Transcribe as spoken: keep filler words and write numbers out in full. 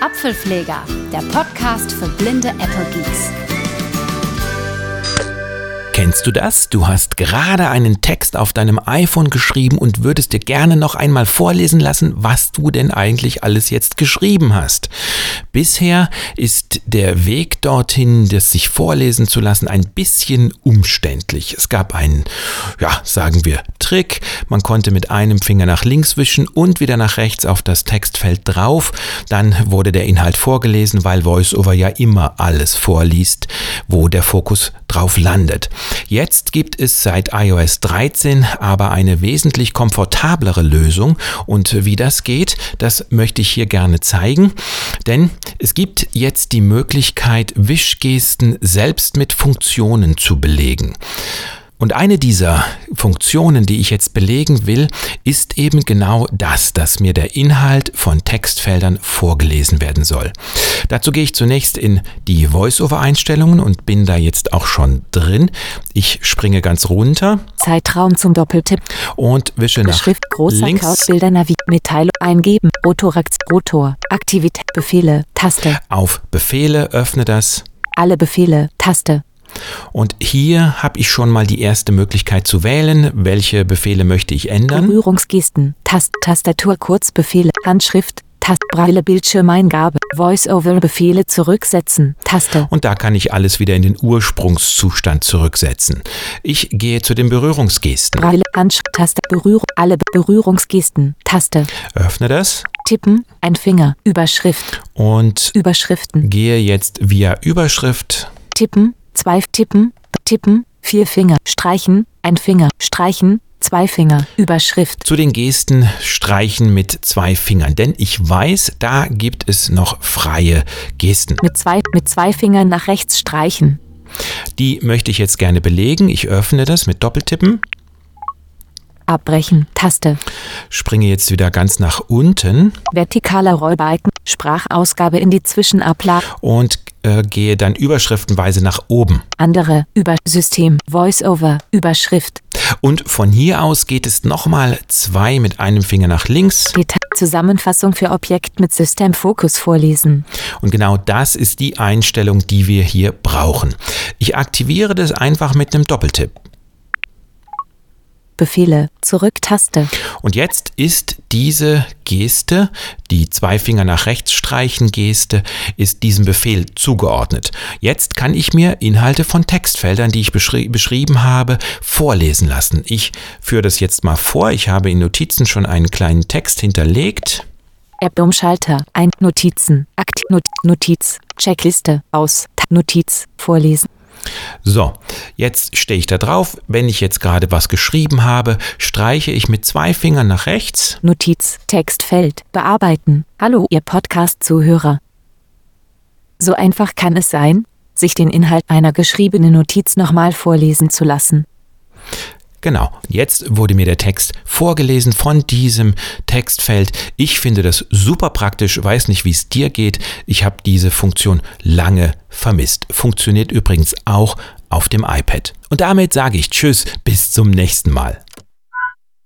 Apfelpfleger, der Podcast für blinde Apple Geeks. Kennst du das? Du hast gerade einen Text auf deinem iPhone geschrieben und würdest dir gerne noch einmal vorlesen lassen, was du denn eigentlich alles jetzt geschrieben hast. Bisher ist der Weg dorthin, das sich vorlesen zu lassen, ein bisschen umständlich. Es gab einen, ja, sagen wir, Trick. Man konnte mit einem Finger nach links wischen und wieder nach rechts auf das Textfeld drauf. Dann wurde der Inhalt vorgelesen, weil VoiceOver ja immer alles vorliest, wo der Fokus drauf landet. Jetzt gibt es seit i O S dreizehn aber eine wesentlich komfortablere Lösung und wie das geht, das möchte ich hier gerne zeigen, denn es gibt jetzt die Möglichkeit, Wischgesten selbst mit Funktionen zu belegen. Und eine dieser Funktionen, die ich jetzt belegen will, ist eben genau das, dass mir der Inhalt von Textfeldern vorgelesen werden soll. Dazu gehe ich zunächst in die VoiceOver-Einstellungen und bin da jetzt auch schon drin. Ich springe ganz runter. Zeitraum zum Doppeltipp. Und wische nach Beschrift, großer links. Couch, Bilder, Navi, Mitteilung, eingeben, Rotorakt, Rotor, Aktivität, Befehle, Taste. Auf Befehle, öffne das. Alle Befehle, Taste. Und hier habe ich schon mal die erste Möglichkeit zu wählen, welche Befehle möchte ich ändern. Berührungsgesten, Tast, Tastatur, Kurzbefehle, Handschrift, Tast, Braille, Bildschirmeingabe, Voice-over-Befehle zurücksetzen, Taste. Und da kann ich alles wieder in den Ursprungszustand zurücksetzen. Ich gehe zu den Berührungsgesten. Braille, Handschrift, Taste, Berührung, alle Be- Berührungsgesten, Taste. Öffne das. Tippen, ein Finger, Überschrift. Und Überschriften. gehe jetzt via Überschrift. Tippen, zwei Tippen, Tippen, vier Finger, streichen, ein Finger, streichen, zwei Finger, Überschrift. Zu den Gesten streichen mit zwei Fingern, denn ich weiß, da gibt es noch freie Gesten. Mit zwei, mit zwei Fingern nach rechts streichen. Die möchte ich jetzt gerne belegen. Ich öffne das mit Doppeltippen. Abbrechen, Taste. Springe jetzt wieder ganz nach unten. Vertikaler Rollbalken, Sprachausgabe in die Zwischenablage. Und äh, gehe dann überschriftenweise nach oben. Andere, über System, Voice-over, Überschrift. Und von hier aus geht es nochmal zwei mit einem Finger nach links. Detail, Zusammenfassung für Objekt mit Systemfokus vorlesen. Und genau das ist die Einstellung, die wir hier brauchen. Ich aktiviere das einfach mit einem Doppeltipp. Befehle, Zurück-Taste. Und jetzt ist diese Geste, die zwei Finger nach rechts streichen Geste, ist diesem Befehl zugeordnet. Jetzt kann ich mir Inhalte von Textfeldern, die ich beschri- beschrieben habe, vorlesen lassen. Ich führe das jetzt mal vor. Ich habe in Notizen schon einen kleinen Text hinterlegt. App-Umschalter, ein Notizen, Aktiv, Not, Notiz, Checkliste, aus, Notiz, vorlesen. So, jetzt stehe ich da drauf. Wenn ich jetzt gerade was geschrieben habe, streiche ich mit zwei Fingern nach rechts. Notiz, Textfeld, bearbeiten. Hallo, ihr Podcast-Zuhörer. So einfach kann es sein, sich den Inhalt einer geschriebenen Notiz nochmal vorlesen zu lassen. Genau, jetzt wurde mir der Text vorgelesen von diesem Textfeld. Ich finde das super praktisch, weiß nicht, wie es dir geht. Ich habe diese Funktion lange vermisst. Funktioniert übrigens auch auf dem iPad. Und damit sage ich Tschüss, bis zum nächsten Mal.